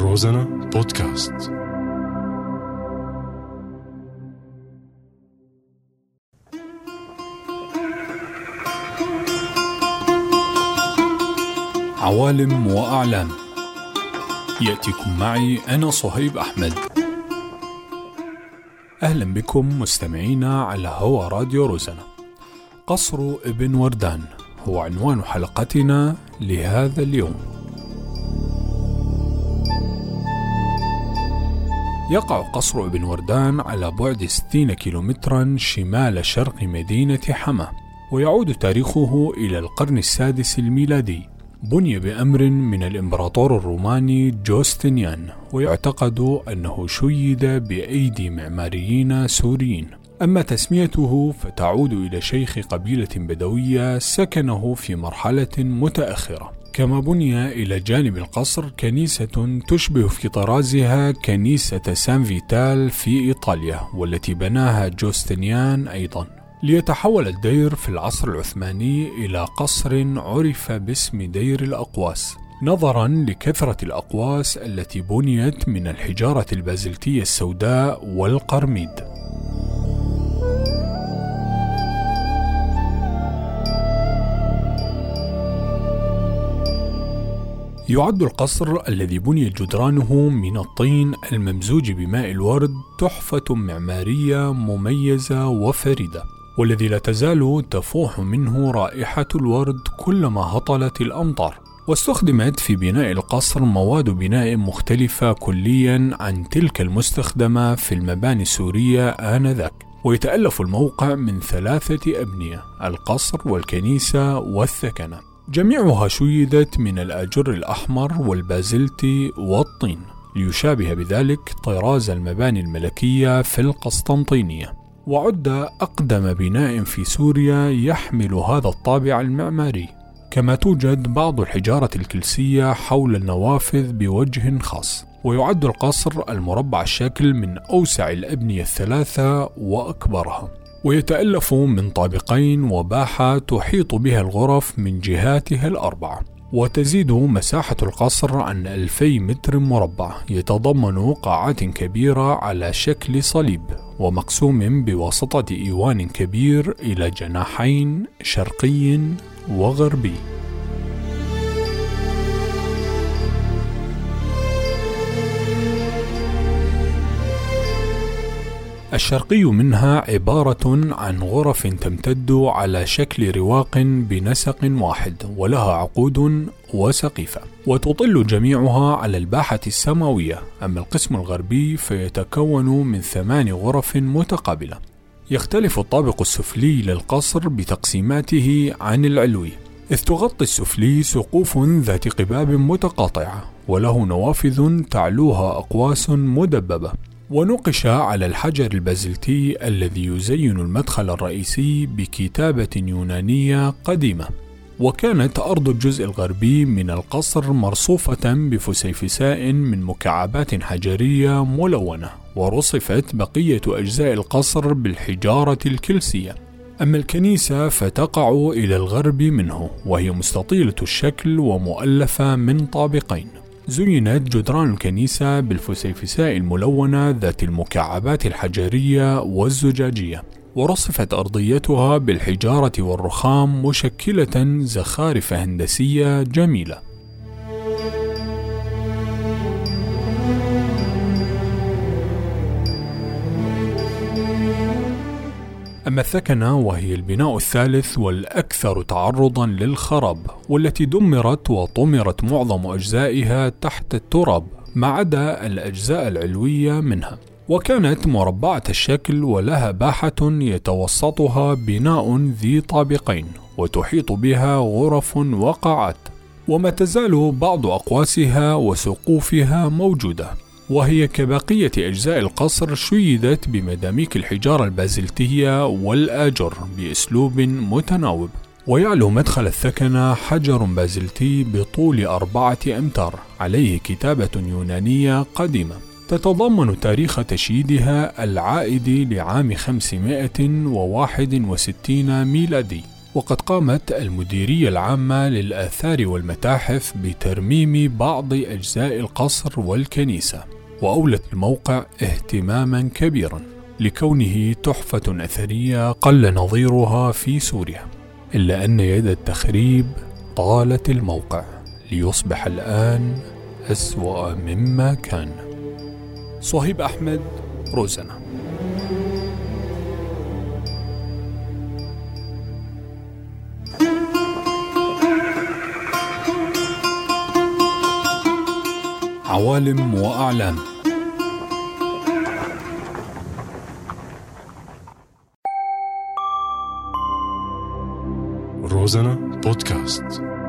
روزانا بودكاست. عوالم وأعلام، يأتيكم معي أنا صهيب أحمد. أهلا بكم مستمعينا على هوا راديو روزانا. قصر ابن وردان هو عنوان حلقتنا لهذا اليوم. يقع قصر ابن وردان على بعد 60 كيلومترا شمال شرق مدينة حما، ويعود تاريخه إلى القرن السادس الميلادي. بني بأمر من الإمبراطور الروماني جوستنيان، ويعتقد أنه شيد بأيدي معماريين سوريين. أما تسميته فتعود إلى شيخ قبيلة بدوية سكنه في مرحلة متأخرة. كما بني إلى جانب القصر كنيسة تشبه في طرازها كنيسة سان فيتال في إيطاليا، والتي بناها جوستنيان أيضا. ليتحول الدير في العصر العثماني إلى قصر عرف باسم دير الأقواس، نظرا لكثرة الأقواس التي بنيت من الحجارة البازلتية السوداء والقرميد. يعد القصر الذي بنيت جدرانه من الطين الممزوج بماء الورد تحفة معمارية مميزة وفريدة، والذي لا تزال تفوح منه رائحة الورد كلما هطلت الأمطار. واستخدمت في بناء القصر مواد بناء مختلفة كليا عن تلك المستخدمة في المباني السورية آنذاك. ويتألف الموقع من 3 أبنية: القصر والكنيسة والثكنة، جميعها شيدت من الآجر الأحمر والبازلتي والطين، ليشابه بذلك طراز المباني الملكية في القسطنطينية. وعد أقدم بناء في سوريا يحمل هذا الطابع المعماري. كما توجد بعض الحجارة الكلسية حول النوافذ بوجه خاص. ويعد القصر المربع الشكل من أوسع الأبنية 3 وأكبرها، ويتألف من طابقين وباحة تحيط بها الغرف من جهاتها ال4. وتزيد مساحة القصر عن 2000 متر مربع، يتضمن قاعات كبيرة على شكل صليب، ومقسوم بواسطة إيوان كبير إلى جناحين شرقي وغربي. الشرقي منها عبارة عن غرف تمتد على شكل رواق بنسق واحد، ولها عقود وسقيفة، وتطل جميعها على الباحة السماوية. أما القسم الغربي فيتكون من 8 غرف متقابلة. يختلف الطابق السفلي للقصر بتقسيماته عن العلوي، إذ تغطي السفلي سقوف ذات قباب متقاطعة، وله نوافذ تعلوها أقواس مدببة. ونقش على الحجر البازلتي الذي يزين المدخل الرئيسي بكتابة يونانية قديمة. وكانت أرض الجزء الغربي من القصر مرصوفة بفسيفساء من مكعبات حجرية ملونة، ورصفت بقية أجزاء القصر بالحجارة الكلسية. أما الكنيسة فتقع إلى الغرب منه، وهي مستطيلة الشكل ومؤلفة من طابقين. زينت جدران الكنيسة بالفسيفساء الملونة ذات المكعبات الحجرية والزجاجية، ورصفت أرضيتها بالحجارة والرخام مشكلة زخارف هندسية جميلة. أما الثكنة وهي البناء الثالث والأكثر تعرضا للخراب، والتي دمرت وطمرت معظم أجزائها تحت التراب ما عدا الأجزاء العلوية منها. وكانت مربعة الشكل ولها باحة يتوسطها بناء ذي طابقين، وتحيط بها غرف وقاعات. وما تزال بعض أقواسها وسقوفها موجودة، وهي كبقية أجزاء القصر شيدت بمداميك الحجارة البازلتية والآجر بأسلوب متناوب. ويعلو مدخل الثكنة حجر بازلتي بطول 4 أمتار عليه كتابة يونانية قديمة، تتضمن تاريخ تشييدها العائد لعام 561 ميلادي. وقد قامت المديرية العامة للآثار والمتاحف بترميم بعض أجزاء القصر والكنيسة، وأولت الموقع اهتماما كبيرا لكونه تحفة أثرية قل نظيرها في سوريا، إلا أن يد التخريب طالت الموقع ليصبح الآن أسوأ مما كان. صهيب أحمد، روزانا. عوالم وأعلام. روزانا بودكاست.